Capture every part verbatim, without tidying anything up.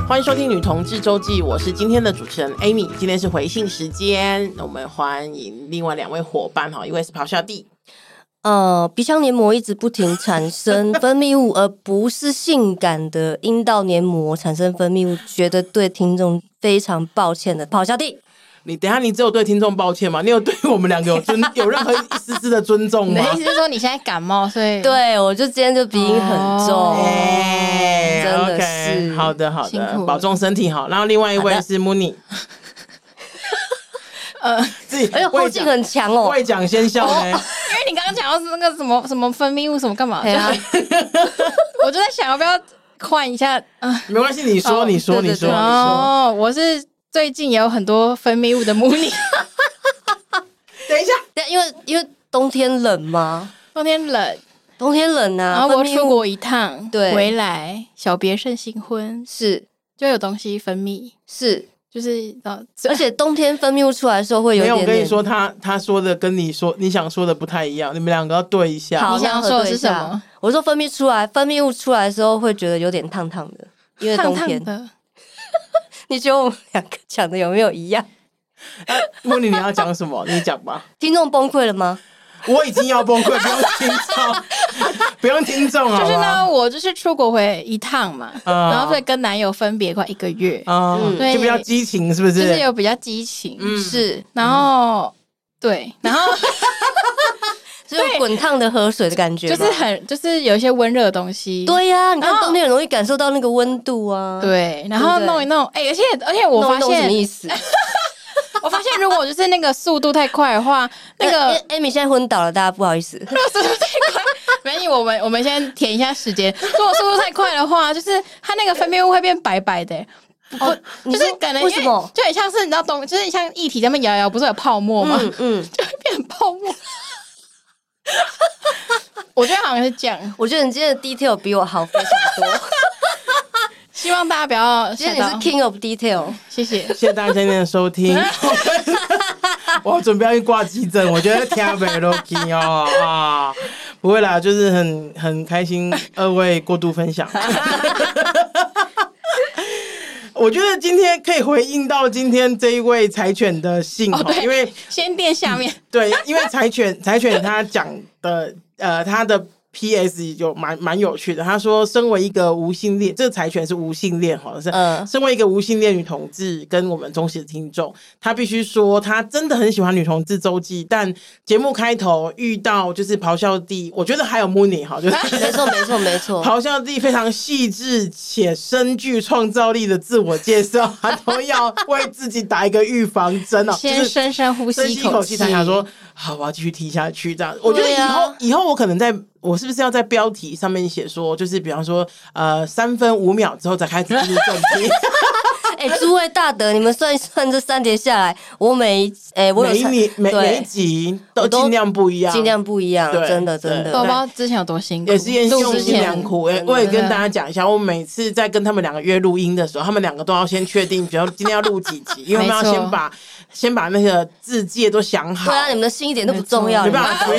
欢迎收听女同志周记，我是今天的主持人 Amy。今天是回信时间，我们欢迎另外两位伙伴，一位是咆哮帝。 呃，鼻腔黏膜一直不停产生分泌物，而不是性感的阴道黏膜产生分泌物，觉得对听众非常抱歉的咆哮帝。 你等一下，你只有对听众抱歉吗？你有对我们两个有尊有任何一丝丝的尊重吗？ 你的意思是说你现在感冒，所以对我就今天就鼻音很重， 哦欸、 真的是、 okay, 好的好的，保重身体好。然后另外一位是 Mooney。 呃， 自己哎呦，后劲很强哦， 未讲先笑呢、哦。 因为你刚刚讲到是那个什么什么分泌物什么干嘛，啊、我就在想要不要换一下。呃、 没关系，你说、哦、你说你说。 哦，我是最近也有很多分泌物的母女。 等一下， 因为因为冬天冷吗？ 冬天冷， 冬天冷啊。 然后我出国一趟， 对， 回来小别胜新婚， 是就有东西分泌， 是。 就是而且冬天分泌物出来的时候会有点点。 没有，我跟你说，他他说的跟你说你想说的不太一样，你们两个要对一下。 好， 你想说的是什么？ 我说分泌出来，分泌物出来的时候会觉得有点烫烫的，因为冬天。 烫烫的你觉得我们两个讲的有没有一样？ 莫妮，你要讲什么？你讲吧。 听众崩溃了吗？ 我已经要崩溃，不用听众，不用听众啊。 就是呢，我就是出国回一趟嘛， 嗯、 然后所以跟男友分别快一个月， 嗯，就比较激情，是不是？ 就是有比较激情， 嗯、是。 然后、嗯、对，然后就是滚烫的河水的感觉， 就是很就是有一些温热的东西。 对呀、啊，你看冬天很容易感受到那个温度啊。 对，然后弄一弄，哎、欸，而且而且我发现弄一弄什么意思？ 我发现，如果就是那个速度太快的话，那个 Amy 现在昏倒了，大家不好意思。 如果速度太快，没有，我们我们先填一下时间。如果速度太快的话，就是它那个分泌物会变白白的、欸， 哦， 就是可能为什么？ 就很像是你知道东，就是像液体在那边摇摇，不是有泡沫吗？ 嗯嗯， 就会变成泡沫。我觉得好像是这样。 我觉得你今天的 detail 比我好非常多。 希望大家不要， 今天你是 king of detail， 谢谢， 谢谢大家今天的收听。我准备要去挂急诊，我觉得听不落去哦啊，不会啦，就是很很开心，二位过度分享。我觉得今天可以回应到今天这一位柴犬的信、哦、因为先垫下面、嗯、 对，因为柴犬柴犬他讲的呃他的。P S 有蛮蛮有趣的，他说身为一个无性恋，这个柴犬是无性恋好像是、嗯、身为一个无性恋女同志跟我们忠实的听众，他必须说他真的很喜欢女同志周记，但节目开头遇到就是咆哮帝，我觉得还有 Mooney 哈，就是没错没错没错， 咆哮帝非常细致且深具创造力的自我介绍，他都要为自己打一个预防针哦， 先深深呼吸一口气才想说好，我要继续踢下去这样。我觉得以后、啊、以后我可能在我是不是要在标题上面写说，就是比方说呃三分五秒之后再开始进入正题。 哎、欸，诸位大德，你们算一算这三节下来，我每哎、欸、我有每一每每一集都尽量不一样， 尽量不一样，真的真的。 宝宝之前有多辛苦， 也是用心良苦。我也跟大家讲一下，我每次在跟他们两个约录音的时候，他们两个都要先确定，比如今天要录几集，因为我们要先把先把那个字界都想好。 对啊，你们的心一点都不重要， 没办法。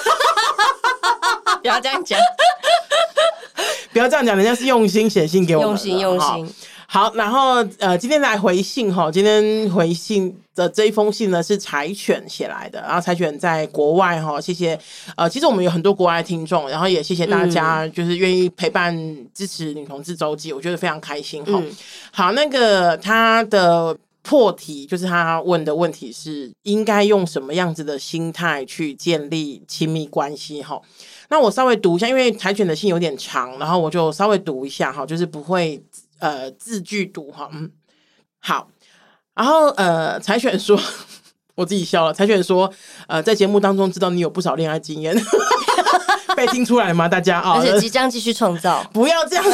不要这样讲， 不要这样讲，人家是用心写信给我们， 用心用心。 好，然后呃，今天来回信哈，今天回信的这一封信呢是柴犬写来的，然后柴犬在国外哈，谢谢呃，其实我们有很多国外的听众，然后也谢谢大家就是愿意陪伴支持女同志周记，我觉得非常开心哈、嗯。好，那个他的破题就是他问的问题是应该用什么样子的心态去建立亲密关系哈。那我稍微读一下，因为柴犬的信有点长，然后我就稍微读一下哈，就是不会。呃，字句读哈，嗯，好，然后呃，柴犬说，我自己笑了。柴犬说，呃，在节目当中知道你有不少恋爱经验，被听出来吗？大家啊， 而且即将继续创造， 不要这样子。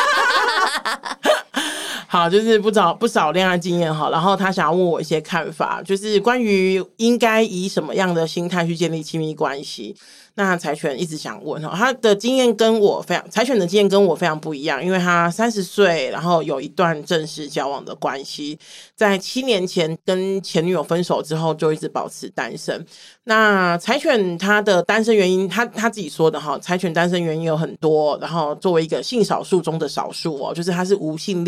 好，就是不少不少恋爱经验哈，然后他想要问我一些看法，就是关于应该以什么样的心态去建立亲密关系。那柴犬一直想问哈，他的经验跟我非常，柴犬的经验跟我非常不一样，因为他三十岁，然后有一段正式交往的关系，在七年前跟前女友分手之后，就一直保持单身。那柴犬他的单身原因，他他自己说的哈，柴犬单身原因有很多，然后作为一个性少数中的少数哦，就是他是无性恋者。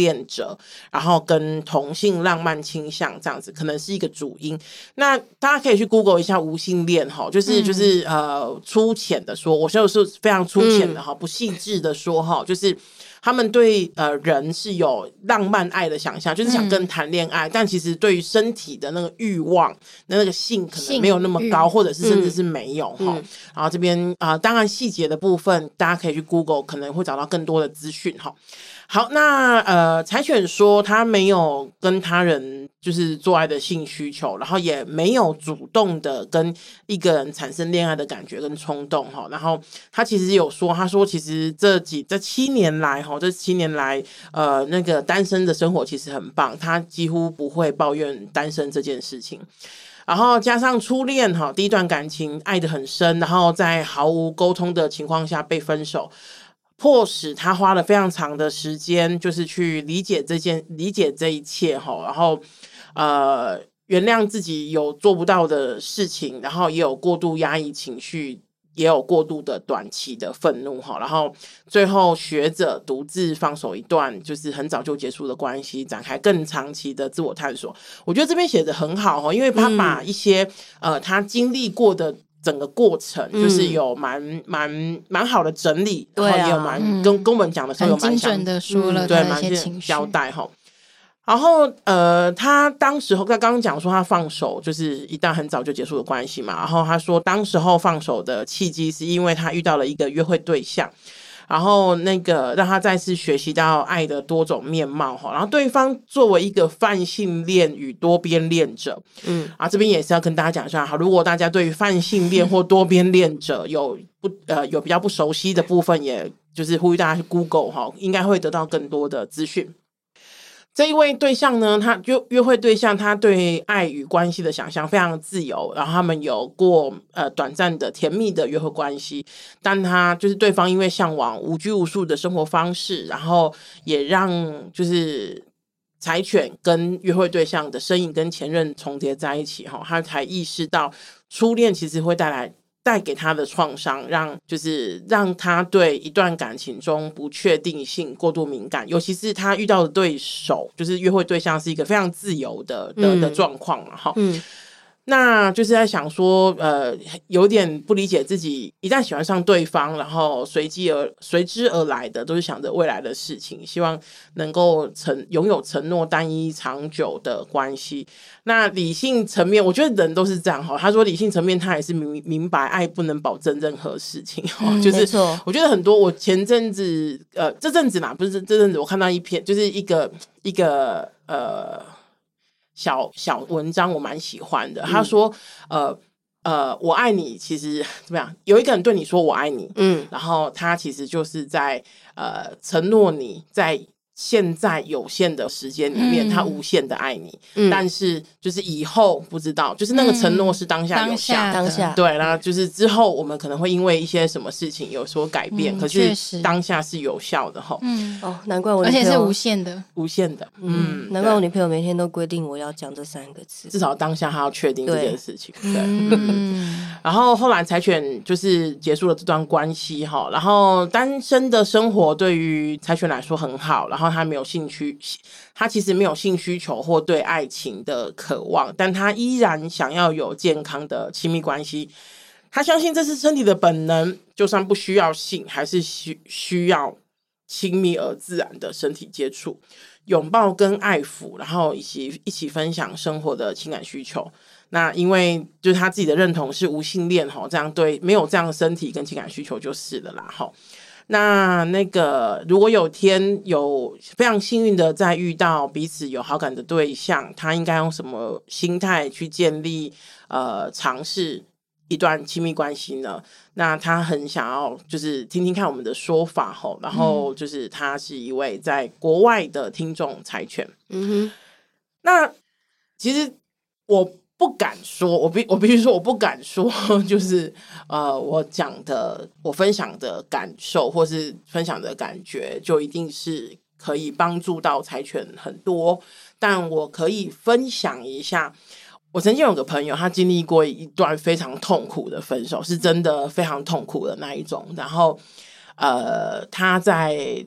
者，然后跟同性浪漫倾向这样子，可能是一个主因。那大家可以去 Google 一下无性恋哈，就是就是、嗯、呃粗浅的说，我现在是非常粗浅的哈、嗯，不细致的说哈，就是他们对呃人是有浪漫爱的想象，就是想跟谈恋爱、嗯，但其实对于身体的那个欲望，那那个性可能没有那么高，或者是甚至是没有哈、嗯。然后这边啊、呃，当然细节的部分大家可以去 Google， 可能会找到更多的资讯哈。好，那呃，柴犬说他没有跟他人就是做爱的性需求，然后也没有主动的跟一个人产生恋爱的感觉跟冲动哈。然后他其实有说，他说其实这几这七年来哈，这七年来呃那个单身的生活其实很棒，他几乎不会抱怨单身这件事情。然后加上初恋哈，第一段感情爱得很深，然后在毫无沟通的情况下被分手。迫使他花了非常长的时间，就是去理解这件、理解这一切哈，然后呃原谅自己有做不到的事情，然后也有过度压抑情绪，也有过度的短期的愤怒哈，然后最后学着独自放手一段就是很早就结束的关系，展开更长期的自我探索。我觉得这边写得很好哈，因为他把一些、嗯、呃他经历过的。整个过程就是有蛮蛮蛮好的整理， 对啊、 然后也有蛮、嗯、跟跟我们讲的时候有蛮精准的说了对蛮一些情绪交代哈。然后呃，他当时候他刚刚讲说他放手就是一段很早就结束的关系嘛，然后他说当时候放手的契机是因为他遇到了一个约会对象。然后那个让他再次学习到爱的多种面貌哈，然后对方作为一个泛性恋与多边恋者，嗯，啊这边也是要跟大家讲一下哈，如果大家对于泛性恋或多边恋者有不呃有比较不熟悉的部分，也就是呼吁大家去 Google 哈，应该会得到更多的资讯。这一位对象呢，他约约会对象，他对爱与关系的想象非常自由，然后他们有过呃短暂的甜蜜的约会关系，但他就是对方因为向往无拘无束的生活方式，然后也让就是柴犬跟约会对象的身影跟前任重叠在一起哈，他才意识到初恋其实会带来。带给他的创伤，让就是让他对一段感情中不确定性过度敏感，尤其是他遇到的对手，就是约会对象是一个非常自由的的、嗯、的状况嘛，哈。嗯那就是在想说，呃，有点不理解自己一旦喜欢上对方，然后随机而随之而来的都是想着未来的事情，希望能够承拥有承诺单一长久的关系。那理性层面，我觉得人都是这样哈。他说理性层面，他也是明明白爱不能保证任何事情哈、嗯，就是我觉得很多。我前阵子呃，这阵子嘛，不是这阵子，我看到一篇，就是一个一个呃。小小文章我蛮喜欢的，他说呃呃我爱你其实怎么样，有一个人对你说我爱你，嗯，然后他其实就是在呃承诺你在现在有限的时间里面、嗯、他无限的爱你、嗯、但是就是以后不知道，就是那个承诺是当下有效、 嗯、当下对，然后就是之后我们可能会因为一些什么事情有所改变、嗯、可是当下是有效的齁。 嗯哦，难怪我而且是无限的无限的嗯， 难怪我女朋友每天都规定我要讲这三个字， 至少当下她要确定这件事情。对，对嗯、然后后来柴犬就是结束了这段关系齁，然后单身的生活对于柴犬来说很好，然后他没有兴趣，他其实没有性需求或对爱情的渴望，但他依然想要有健康的亲密关系。他相信这是身体的本能，就算不需要性，还是需需要亲密而自然的身体接触、拥抱跟爱抚，然后一起一起分享生活的情感需求。那因为就是他自己的认同是无性恋，这样对没有这样的身体跟情感需求就是了啦。那那个如果有天有非常幸运的在遇到彼此有好感的对象，他应该用什么心态去建立呃尝试一段亲密关系呢？那他很想要就是听听看我们的说法吼，然后就是他是一位在国外的听众柴犬。嗯哼，那其实我不敢说，我必我必须说，我不敢说，就是呃，我讲的，我分享的感受，或是分享的感觉，就一定是可以帮助到柴犬很多。但我可以分享一下，我曾经有个朋友，他经历过一段非常痛苦的分手，是真的非常痛苦的那一种。然后，呃，他在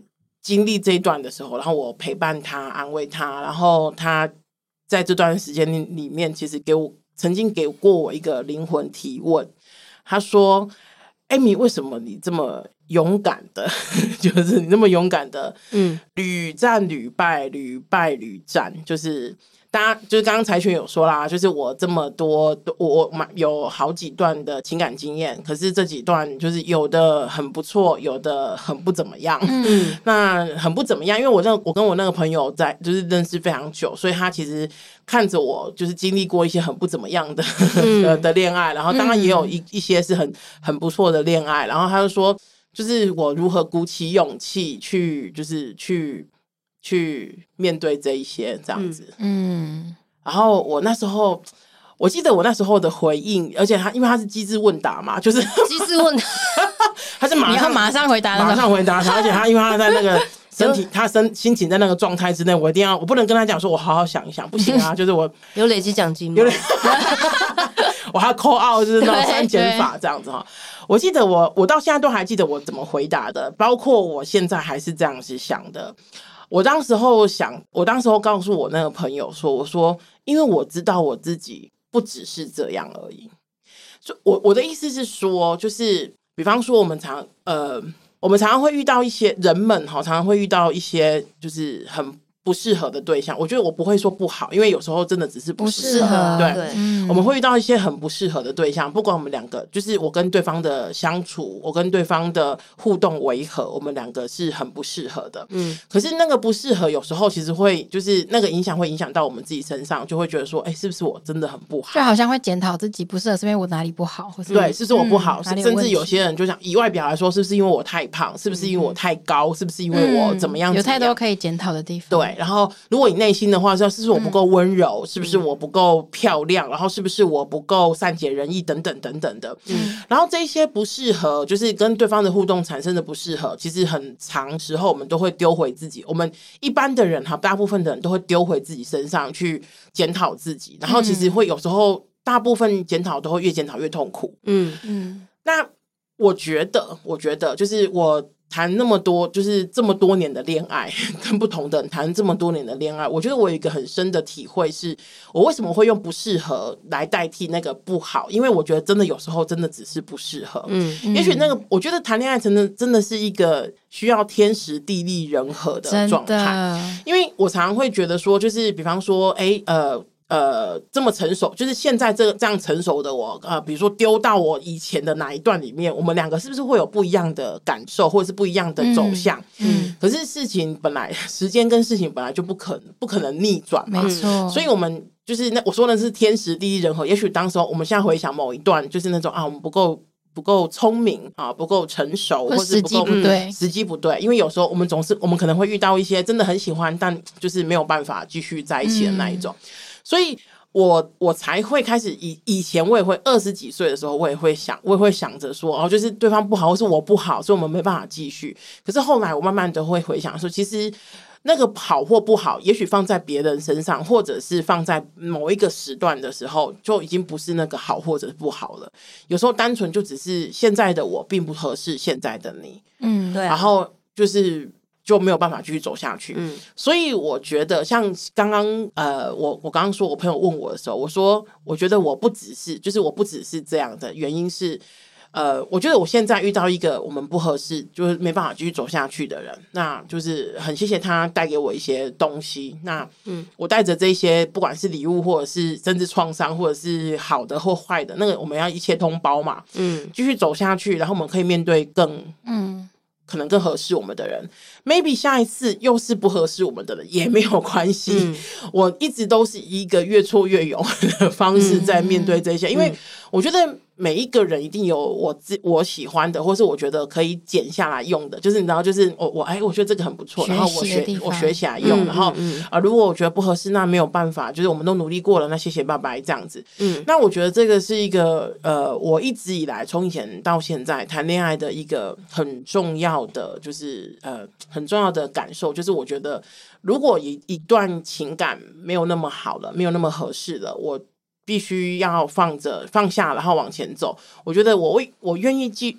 经历这一段的时候，然后我陪伴他安慰他，然后他在这段时间里面其实给我曾经给过我一个灵魂提问，他说Amy 为什么你这么勇敢的就是你那么勇敢的嗯，屡战屡败屡败屡战，就是大家就是刚刚柴犬有说啦，就是我这么多我有好几段的情感经验，可是这几段就是有的很不错，有的很不怎么样。嗯，那很不怎么样，因为我那我跟我那个朋友在就是认识非常久，所以他其实看着我就是经历过一些很不怎么样的、嗯、的, 的恋爱，然后当然也有一一些是很很不错的恋爱，然后他就说就是我如何鼓起勇气去就是去去面对这一些这样子。嗯，然后我那时候我记得我那时候的回应，而且他因为他是机智问答嘛，就是机智问答他是马上你要马上回答马上回答他，而且他因为他在那个身体他身心情在那个状态之内，我一定要我不能跟他讲说我好好想一想，不行啊，就是我有累积奖金吗？ 有累我还 call out 就是那种删减法这样子哈。我记得我我到现在都还记得我怎么回答的，包括我现在还是这样子想的。我当时候想，我当时候告诉我那个朋友说，我说因为我知道我自己不只是这样而已。所以我我的意思是说，就是比方说我们常呃，我们常常会遇到一些人们哈，常常会遇到一些就是很不适合的对象。我觉得我不会说不好，因为有时候真的只是不适合。 不适合对， 对嗯、我们会遇到一些很不适合的对象，不管我们两个，就是我跟对方的相处，我跟对方的互动维和，我们两个是很不适合的。嗯，可是那个不适合，有时候其实会就是那个影响会影响到我们自己身上，就会觉得说，哎、欸，是不是我真的很不好？ 就好像会检讨自己不适合，是因为我哪里不好，或是对，是不是我不好？ 嗯、 甚至有些人就像以外表来说，是不是因为我太胖？是不是因为我太高？嗯、是不是因为我怎么样怎么样？ 有太多可以检讨的地方。 对，然后如果内心的话，是不是我不够温柔、嗯？是不是我不够漂亮？然后是不是我不够善解人意？等等等等的。嗯，然后这一些不适合，就是跟对方的互动产生的不适合，其实很长时候我们都会丢回自己。我们一般的人哈，大部分的人都会丢回自己身上去检讨自己，然后其实会有时候大部分检讨都会越检讨越痛苦。嗯嗯，那我觉得，我觉得就是我。谈那么多，就是这么多年的恋爱，跟不同的人谈这么多年的恋爱，我觉得我有一个很深的体会是，我为什么会用不适合来代替那个不好？因为我觉得真的有时候真的只是不适合。嗯，也许那个，我觉得谈恋爱真的真的是一个需要天时地利人和的状态。因为我常常会觉得说，就是比方说，哎，呃。呃，这么成熟，就是现在这这样成熟的我，呃，比如说丢到我以前的哪一段里面，我们两个是不是会有不一样的感受，或者是不一样的走向？嗯，嗯可是事情本来时间跟事情本来就不可不可能逆转嘛， 没错。 所以我们就是那我说的是天时地利人和。也许当时候我们现在回想某一段，就是那种啊，我们不够。不够聪明啊，不够成熟，或是不够时机不对， 时机不对。因为有时候我们总是，我们可能会遇到一些真的很喜欢，但就是没有办法继续在一起的那一种。嗯、所以我我才会开始以以前我也会二十几岁的时候，我也会想，我也会想着说，哦，就是对方不好，或是我不好，所以我们没办法继续。可是后来我慢慢的会回想说，其实。那个好或不好，也许放在别人身上，或者是放在某一个时段的时候，就已经不是那个好或者不好了。有时候单纯就只是现在的我并不合适现在的你，嗯，对、啊，然后就是就没有办法继续走下去。嗯，所以我觉得像刚刚呃，我我刚刚说我朋友问我的时候，我说我觉得我不只是，就是我不只是这样的原因是。呃，我觉得我现在遇到一个我们不合适，就是没办法继续走下去的人，那就是很谢谢他带给我一些东西。那嗯，我带着这些，不管是礼物，或者是甚至创伤，或者是好的或坏的，那个我们要一切通包嘛，嗯，继续走下去，然后我们可以面对更嗯。可能更合适我们的人 ，maybe 下一次又是不合适我们的人也没有关系。嗯、我一直都是一个越挫越勇的方式在面对这些，嗯、因为我觉得每一个人一定有我自我喜欢的，或是我觉得可以剪下来用的。就是你知道，就是我我哎，我觉得这个很不错，然后我学我学起来用，嗯、然后啊、嗯呃，如果我觉得不合适，那没有办法，就是我们都努力过了，那谢谢拜拜这样子。嗯，那我觉得这个是一个呃，我一直以来从以前到现在谈恋爱的一个很重要的，就是呃很重要的感受，就是我觉得如果一一段情感没有那么好了，没有那么合适了，我。必须要放着放下，然后往前走。我觉得我我愿意继，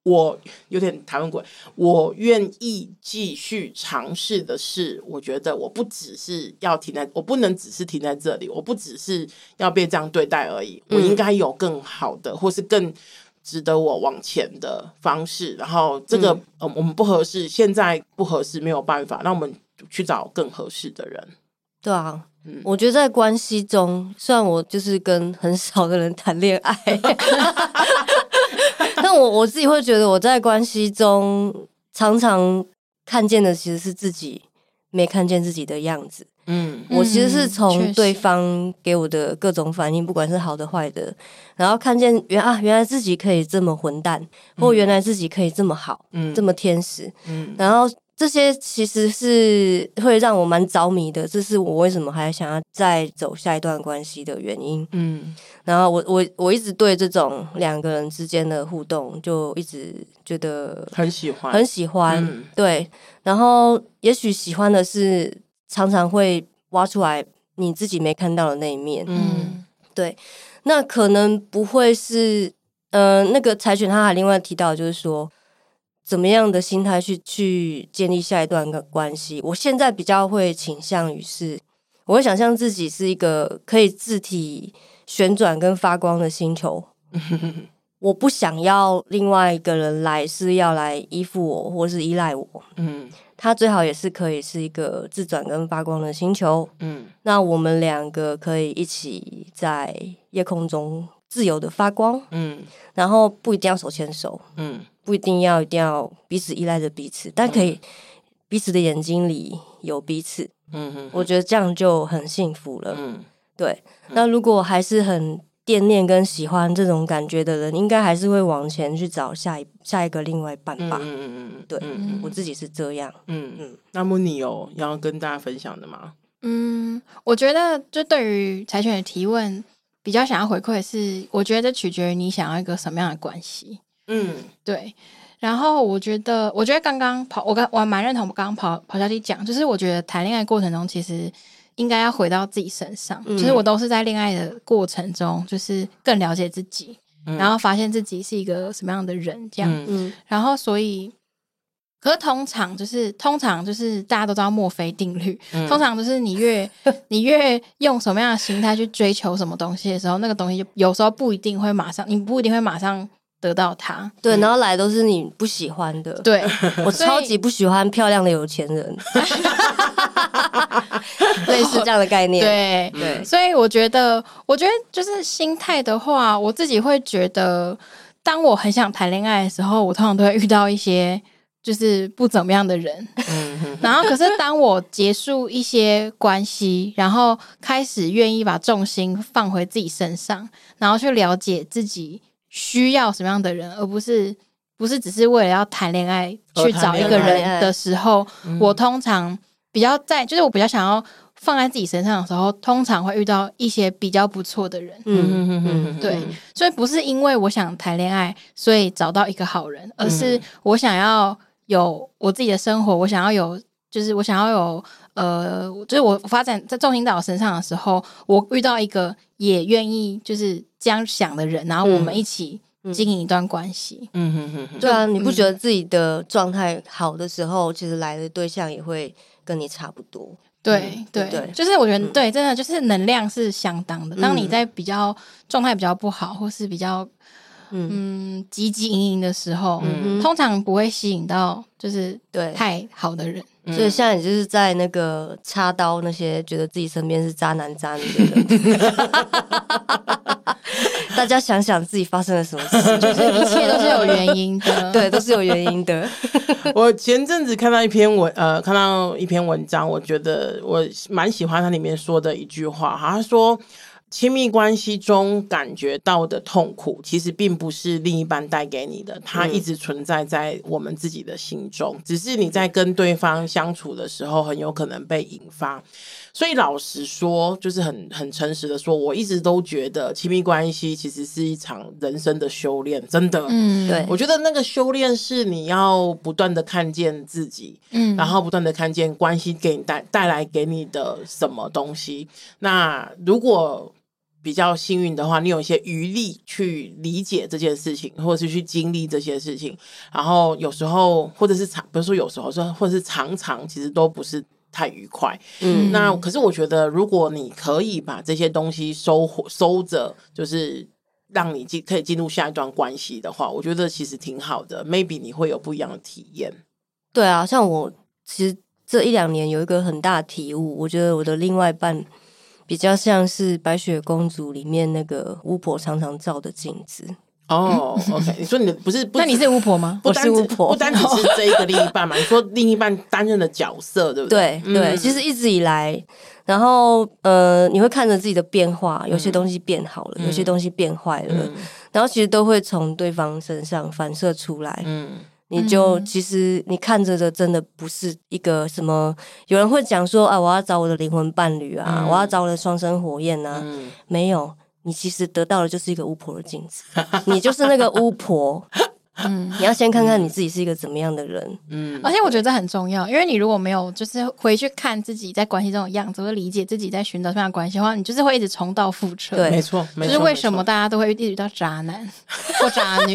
我有点台湾鬼，我愿意继续尝试的是，我觉得我不只是要停在，我不能只是停在这里，我不只是要被这样对待而已，我应该有更好的，或是更值得我往前的方式。然后这个、嗯呃、我们不合适，现在不合适没有办法，那我们去找更合适的人。 对啊。嗯、我觉得在关系中，虽然我就是跟很少的人谈恋爱但我我自己会觉得我在关系中常常看见的其实是自己没看见自己的样子。嗯，我其实是从对方给我的各种反应，不管是好的坏的，然后看见原啊原来自己可以这么混蛋，嗯、或原来自己可以这么好，嗯，这么天使，嗯，然后这些其实是会让我蛮着迷的，这是我为什么还想要再走下一段关系的原因。嗯，然后我我我一直对这种两个人之间的互动就一直觉得很喜欢， 很喜欢。嗯、对，然后也许喜欢的是常常会挖出来你自己没看到的那一面。嗯，对，那可能不会是呃那个柴犬他还另外提到就是说。怎么样的心态去去建立下一段关系？我现在比较会倾向于是，我会想象自己是一个可以自体旋转跟发光的星球。我不想要另外一个人来是要来依附我或是依赖我。嗯，他最好也是可以是一个自转跟发光的星球。嗯，那我们两个可以一起在夜空中自由的发光。嗯，然后不一定要手牵手。嗯。不一定要一定要彼此依赖着彼此，但可以彼此的眼睛里有彼此。嗯哼，我觉得这样就很幸福了。嗯，对。嗯、那如果还是很惦念跟喜欢这种感觉的人，应该还是会往前去找下一下一个另外一半吧。嗯嗯嗯，对，嗯、我自己是这样。嗯嗯， 那么你有要跟大家分享的吗？ 嗯，我觉得就对于柴犬的提问，比较想要回馈的是，我觉得取决于你想要一个什么样的关系。嗯，对。然后我觉得，我觉得刚刚跑，我刚我蛮认同我刚刚跑跑小弟讲，就是我觉得谈恋爱过程中，其实应该要回到自己身上。嗯、就是我都是在恋爱的过程中，就是更了解自己，嗯、然后发现自己是一个什么样的人，这样。嗯、然后所以，可是通常就是通常就是大家都知道墨菲定律，嗯、通常就是你越你越用什么样的心态去追求什么东西的时候，那个东西就有时候不一定会马上，你不一定会马上。得到他， 对，然后来都是你不喜欢的， 对我超级不喜欢漂亮的有钱人，类似这样的概念， 对对，所以我觉得，我觉得就是心态的话，我自己会觉得，当我很想谈恋爱的时候，我通常都会遇到一些就是不怎么样的人，然后可是当我结束一些关系，然后开始愿意把重心放回自己身上，然后去了解自己。需要什么样的人，而不是不是只是为了要谈恋爱去找一个人的时候，我通常比较在就是我比较想要放在自己身上的时候，通常会遇到一些比较不错的人。嗯嗯，对，所以不是因为我想谈恋爱，所以找到一个好人，而是我想要有我自己的生活，我想要有，就是我想要有。呃，就是我发展在重心在我身上的时候，我遇到一个也愿意就是这样想的人，然后我们一起经营一段关系。嗯哼哼哼，对啊，你不觉得自己的状态好的时候，其实来的对象也会跟你差不多？ 对、嗯、对对，就是我觉得、嗯、对，真的就是能量是相当的。当你在比较状态比较不好，或是比较嗯汲汲营营的时候、嗯，通常不会吸引到就是对太好的人。 所以现在你就是在那个插刀那些觉得自己身边是渣男渣女的人，大家想想自己发生了什么事， 就是一切都是有原因的， 对，都是有原因的。 我前阵子看到一篇文，呃，看到一篇文章，我觉得我蛮喜欢它里面说的一句话，他说。亲密关系中感觉到的痛苦，其实并不是另一半带给你的，它一直存在在我们自己的心中，只是你在跟对方相处的时候，很有可能被引发。所以老实说，就是很很诚实的说，我一直都觉得亲密关系其实是一场人生的修炼，真的。嗯，对，我觉得那个修炼是你要不断的看见自己，嗯，然后不断的看见关系给你带带来给你的什么东西。那如果比较幸运的话，你有一些余力去理解这件事情，或者是去经历这些事情。然后有时候，或者是常，不是说有时候，说或者是常常，其实都不是太愉快。嗯，那可是我觉得，如果你可以把这些东西收收着，就是让你进可以进入下一段关系的话，我觉得其实挺好的。Maybe 你会有不一样的体验。 对啊，像我其实这一两年有一个很大的体悟，我觉得我的另外一半比较像是白雪公主里面那个巫婆常常照的镜子。 哦、oh, ，OK， 你说你的不是不， 那你是巫婆吗？ 我是巫婆， 不单只是这一个另一半嘛？你说另一半担任的角色，对不对？ 对对、嗯，其实一直以来，然后呃，你会看着自己的变化，有些东西变好了，嗯、有些东西变坏了、嗯，然后其实都会从对方身上反射出来。嗯。你就其实你看着的真的不是一个什么，有人会讲说啊，我要找我的灵魂伴侣啊，嗯、我要找我的双生火焰啊，嗯、没有，你其实得到的就是一个巫婆的镜子，你就是那个巫婆。嗯，你要先看看你自己是一个怎么样的人。 嗯，而且我觉得这很重要，因为你如果没有就是回去看自己在关系中的样子，或理解自己在寻找这样的关系的话，你就是会一直重蹈覆辙。 对，没错，没错。 就是为什么大家都会一直遇到渣男或渣女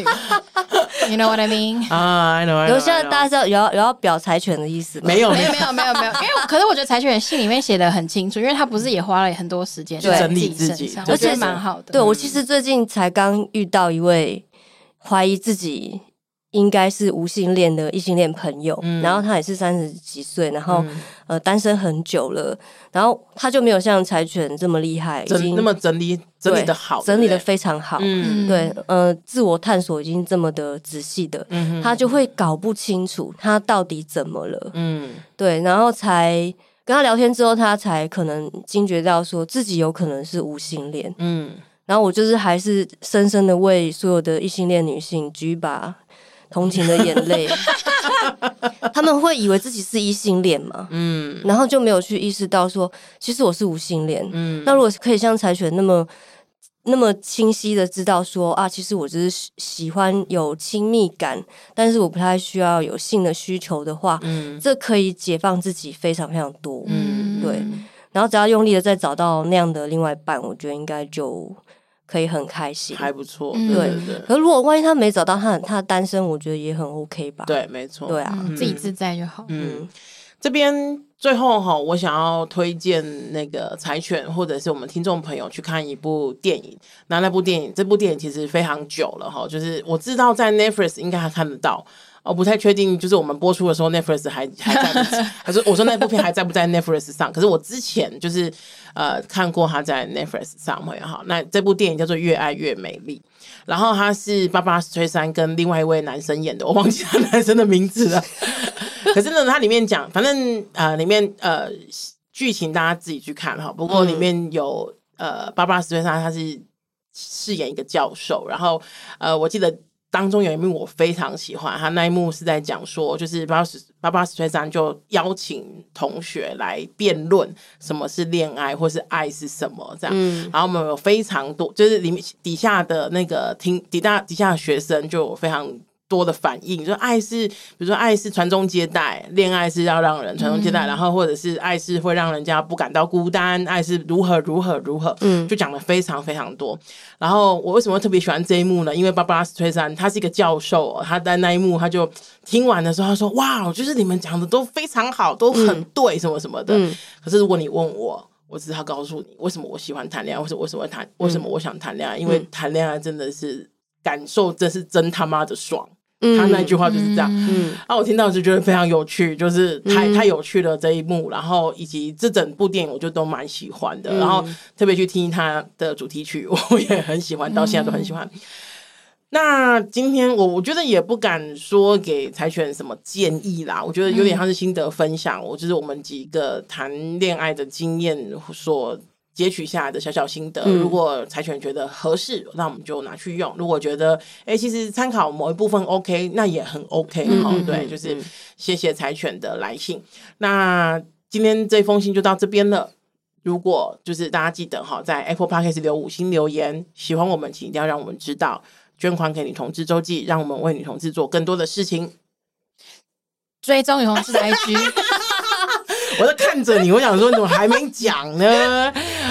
？You know what I mean？ 啊、uh, ，I know, I know。 有现在大家有要有要表柴犬的意思吗？ 没有， 没有，没有，没有，没有。因为可是我觉得柴犬信里面写的很清楚，因为他不是也花了很多时间去整理自己， 而且蛮好的。 对，我其实最近才刚遇到一位怀疑自己应该是无性恋的异性恋朋友、嗯、然后他也是三十几岁，然后、嗯、呃单身很久了，然后他就没有像柴犬这么厉害，已经那么整理整理的好， 整理的非常好，嗯，对，呃，自我探索已经这么的仔细的、嗯，他就会搞不清楚他到底怎么了，嗯，对，然后才跟他聊天之后，他才可能惊觉到说自己有可能是无性恋，嗯，然后我就是还是深深的为所有的异性恋女性举一把同情的眼泪。他们会以为自己是异性恋嘛，嗯，然后就没有去意识到说其实我是无性恋，嗯，那如果可以像柴犬那么那么清晰的知道说啊，其实我只是喜欢有亲密感，但是我不太需要有性的需求的话，嗯，这可以解放自己非常非常多，嗯，对，然后只要用力的再找到那样的另外一半，我觉得应该就可以很开心， 还不错， 对对对。可是如果万一他没找到他，他单身，我觉得也很 OK 吧？ 对，没错， 对啊、 嗯，自己自在就好。 嗯，这边最后哈，我想要推荐那个柴犬，或者是我们听众朋友去看一部电影。那那部电影，这部电影其实非常久了哈，就是我知道在 Netflix 应该还看得到。我不太确定，就是我们播出的时候 Netflix 还还在不在？还是我说那部片还在不在 Netflix 上？可是我之前就是呃看过它在 Netflix 上面哈。那这部电影叫做《越爱越美丽》，然后它是芭芭拉·史翠珊跟另外一位男生演的，我忘记他男生的名字了。可是呢，它里面讲，反正呃里面呃剧情大家自己去看哈。不过里面有、嗯、呃芭芭拉·史翠珊，她是饰演一个教授，然后呃我记得。当中有一幕我非常喜欢，他那一幕是在讲说，就是芭芭拉·史翠珊就邀请同学来辩论什么是恋爱，或是爱是什么这样。嗯、然后我们有非常多，就是里面底下的那个听底下底下的学生就有非常多的反应，就爱是，比如说爱是传宗接代，恋爱是要让人传宗接代、嗯，然后或者是爱是会让人家不感到孤单，爱是如何如何如何，嗯，就讲了非常非常多。然后我为什么会特别喜欢这一幕呢？因为芭芭拉·史翠珊他是一个教授、哦，他在那一幕他就听完的时候，他说：“哇，就是你们讲的都非常好，都很对，什么什么的。嗯”可是如果你问我，我只是要告诉你，为什么我喜欢谈恋爱，为什么为什么谈，为什么我想谈恋爱？因为谈恋爱真的是感受，真是真他妈的爽。他那句话就是这样，嗯，啊，我听到就觉得非常有趣，就是太、嗯、太有趣了这一幕，然后以及这整部电影我就都蛮喜欢的、嗯，然后特别去听他的主题曲，我也很喜欢，到现在都很喜欢。嗯、那今天我我觉得也不敢说给柴犬什么建议啦，我觉得有点像是心得分享，嗯、我就是我们几个谈恋爱的经验所截取下来的小小心得、嗯、如果柴犬觉得合适，那我们就拿去用，如果觉得哎，其实参考某一部分 OK， 那也很 OK、嗯哦、对，就是谢谢柴犬的来信。那今天这封信就到这边了，如果就是大家记得在 Apple Podcast 留五星留言，喜欢我们请一定要让我们知道，捐款给女同志周记，让我们为女同志做更多的事情， 追踪女同志的 I G 我在看着你，我想说你怎么还没讲呢？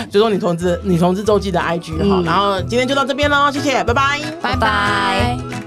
追踪女同志女同志周记的 I G 哈、嗯。然后今天就到这边喽，谢谢，拜拜， 拜拜。